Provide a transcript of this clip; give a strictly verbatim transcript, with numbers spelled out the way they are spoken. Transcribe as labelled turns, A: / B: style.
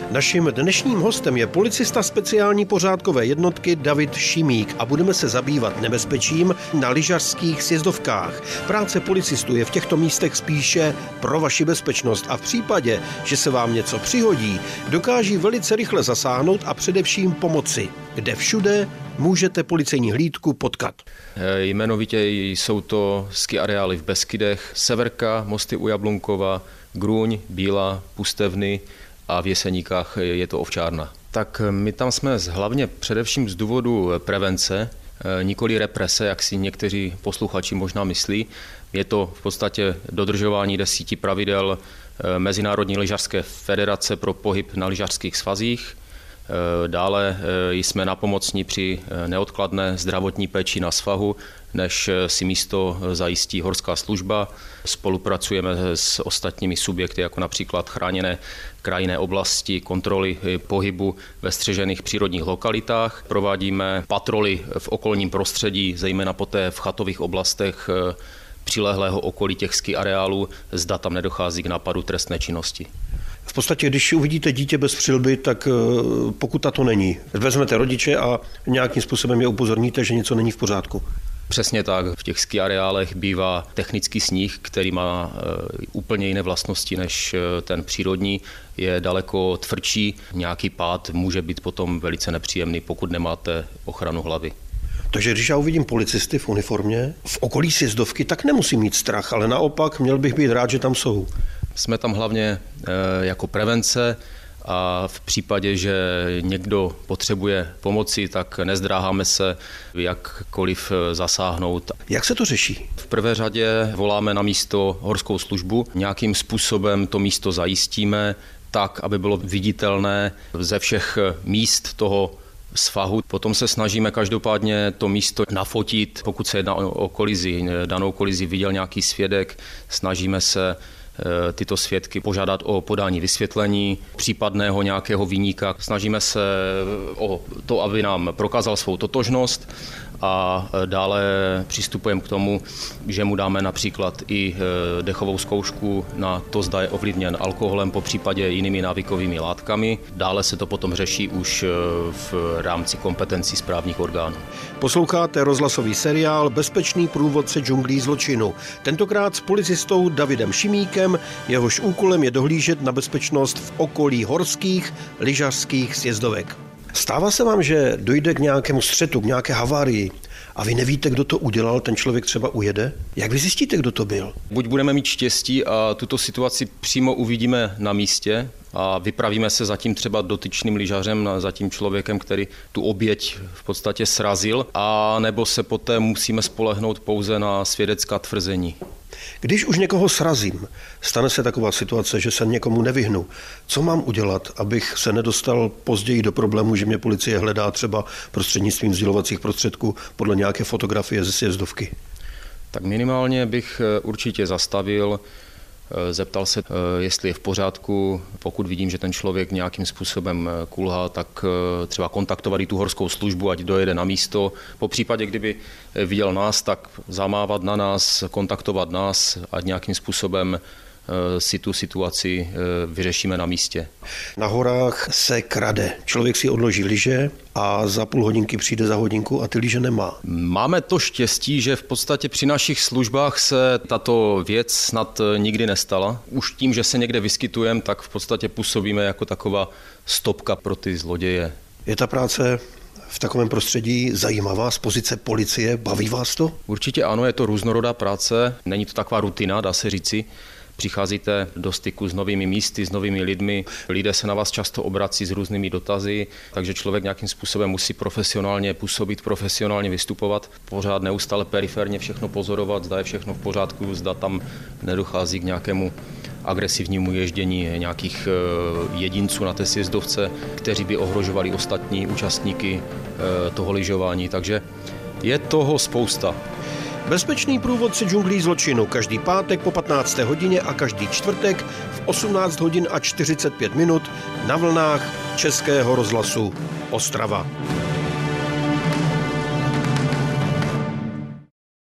A: Naším dnešním hostem je policista speciální pořádkové jednotky David Šimík a budeme se zabývat nebezpečím na lyžařských sjezdovkách. Práce policistů je v těchto místech spíše pro vaši bezpečnost a v případě, že se vám něco přihodí, dokáží velice rychle zasáhnout a především pomoci. Kde všude můžete policejní hlídku potkat?
B: Jmenovitě jsou to ski areály v Beskydech, Severka, Mosty u Jablunkova, Grůň, Bíla, Pustevny a v Jeseníkách je to Ovčárna. Tak my tam jsme hlavně především z důvodu prevence, nikoli represe, jak si někteří posluchači možná myslí. Je to v podstatě dodržování desíti pravidel Mezinárodní lyžařské federace pro pohyb na lyžařských svazích. Dále jsme napomocní při neodkladné zdravotní péči na svahu, než si místo zajistí horská služba. Spolupracujeme s ostatními subjekty, jako například chráněné krajinné oblasti, kontroly pohybu ve střežených přírodních lokalitách. Provádíme patroly v okolním prostředí, zejména poté v chatových oblastech přilehlého okolí těch ski areálů, zda tam nedochází k nápadu trestné činnosti.
A: V podstatě, když uvidíte dítě bez přilby, tak pokuta to není. Vezmete rodiče a nějakým způsobem je upozorníte, že něco není v pořádku.
B: Přesně tak. V těch ski areálech bývá technický sníh, který má úplně jiné vlastnosti než ten přírodní. Je daleko tvrdší. Nějaký pád může být potom velice nepříjemný, pokud nemáte ochranu hlavy.
A: Takže když já uvidím policisty v uniformě v okolí sjezdovky, tak nemusím mít strach, ale naopak měl bych být rád, že tam jsou.
B: Jsme tam hlavně jako prevence a v případě, že někdo potřebuje pomoci, tak nezdráháme se jakkoliv zasáhnout.
A: Jak se to řeší?
B: V prvé řadě voláme na místo horskou službu. Nějakým způsobem to místo zajistíme tak, aby bylo viditelné ze všech míst toho svahu. Potom se snažíme každopádně to místo nafotit, pokud se jedná o kolizi, danou kolizi viděl nějaký svědek, snažíme se tyto svědky požádat o podání vysvětlení případného nějakého viníka. Snažíme se o to, aby nám prokázal svou totožnost a dále přistupujeme k tomu, že mu dáme například i dechovou zkoušku na to, zda je ovlivněn alkoholem, po případě jinými návykovými látkami. Dále se to potom řeší už v rámci kompetencí správních orgánů.
A: Posloucháte rozhlasový seriál Bezpečný průvodce džunglí zločinu. Tentokrát s policistou Davidem Šimíkem, jehož úkolem je dohlížet na bezpečnost v okolí horských lyžařských sjezdovek. Stává se vám, že dojde k nějakému střetu, k nějaké havárii a vy nevíte, kdo to udělal, ten člověk třeba ujede? Jak vy zjistíte, kdo to byl?
B: Buď budeme mít štěstí a tuto situaci přímo uvidíme na místě a vypravíme se za tím třeba dotyčným lyžařem, za tím člověkem, který tu oběť v podstatě srazil, a nebo se poté musíme spolehnout pouze na svědecká tvrzení.
A: Když už někoho srazím, stane se taková situace, že se někomu nevyhnu. Co mám udělat, abych se nedostal později do problému, že mě policie hledá třeba prostřednictvím sdělovacích prostředků podle nějaké fotografie ze sjezdovky?
B: Tak minimálně bych určitě zastavil, zeptal se, jestli je v pořádku. Pokud vidím, že ten člověk nějakým způsobem kulhá, tak třeba kontaktovat i tu horskou službu, ať dojede na místo. Po případě, kdyby viděl nás, tak zamávat na nás, kontaktovat nás, ať nějakým způsobem si tu situaci vyřešíme na místě.
A: Na horách se krade. Člověk si odloží lyže a za půl hodinky přijde za hodinku a ty lyže nemá.
B: Máme to štěstí, že v podstatě při našich službách se tato věc snad nikdy nestala. Už tím, že se někde vyskytujeme, tak v podstatě působíme jako taková stopka pro ty zloděje.
A: Je ta práce v takovém prostředí zajímavá z pozice policie? Baví vás to?
B: Určitě ano, je to různorodá práce. Není to taková rutina, dá se říci. Přicházíte do styku s novými místy, s novými lidmi, lidé se na vás často obrací s různými dotazy, takže člověk nějakým způsobem musí profesionálně působit, profesionálně vystupovat, pořád neustále periferně všechno pozorovat, zda je všechno v pořádku, zda tam nedochází k nějakému agresivnímu ježdění nějakých jedinců na té sjezdovce, kteří by ohrožovali ostatní účastníky toho lyžování, takže je toho spousta.
A: Bezpečný průvodce džunglí zločinu každý pátek po patnácté hodině a každý čtvrtek v osmnáct hodin a čtyřicet pět minut na vlnách Českého rozhlasu Ostrava.